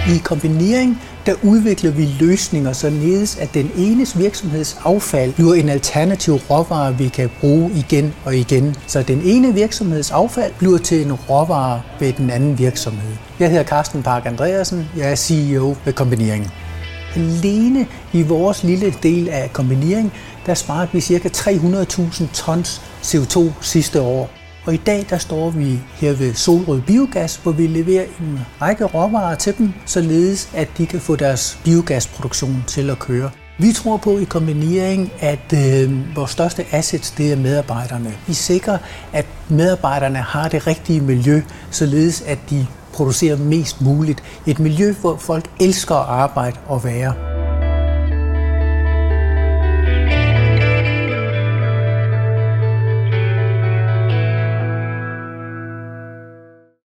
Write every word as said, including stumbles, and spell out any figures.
I kombinering der udvikler vi løsninger, således at den enes virksomheds affald bliver en alternativ råvare, vi kan bruge igen og igen. Så den ene virksomheds affald bliver til en råvare ved den anden virksomhed. Jeg hedder Carsten Park Andreasen, jeg er C E O ved Kombinering. Alene i vores lille del af Kombinering, der sparede vi ca. tre hundrede tusind tons C O to sidste år. Og i dag der står vi her ved Solrød Biogas, hvor vi leverer en række råvarer til dem, således at de kan få deres biogasproduktion til at køre. Vi tror på i Kombinering, at øh, vores største assets det er medarbejderne. Vi sikrer, at medarbejderne har det rigtige miljø, således at de producerer mest muligt. Et miljø, hvor folk elsker at arbejde og være.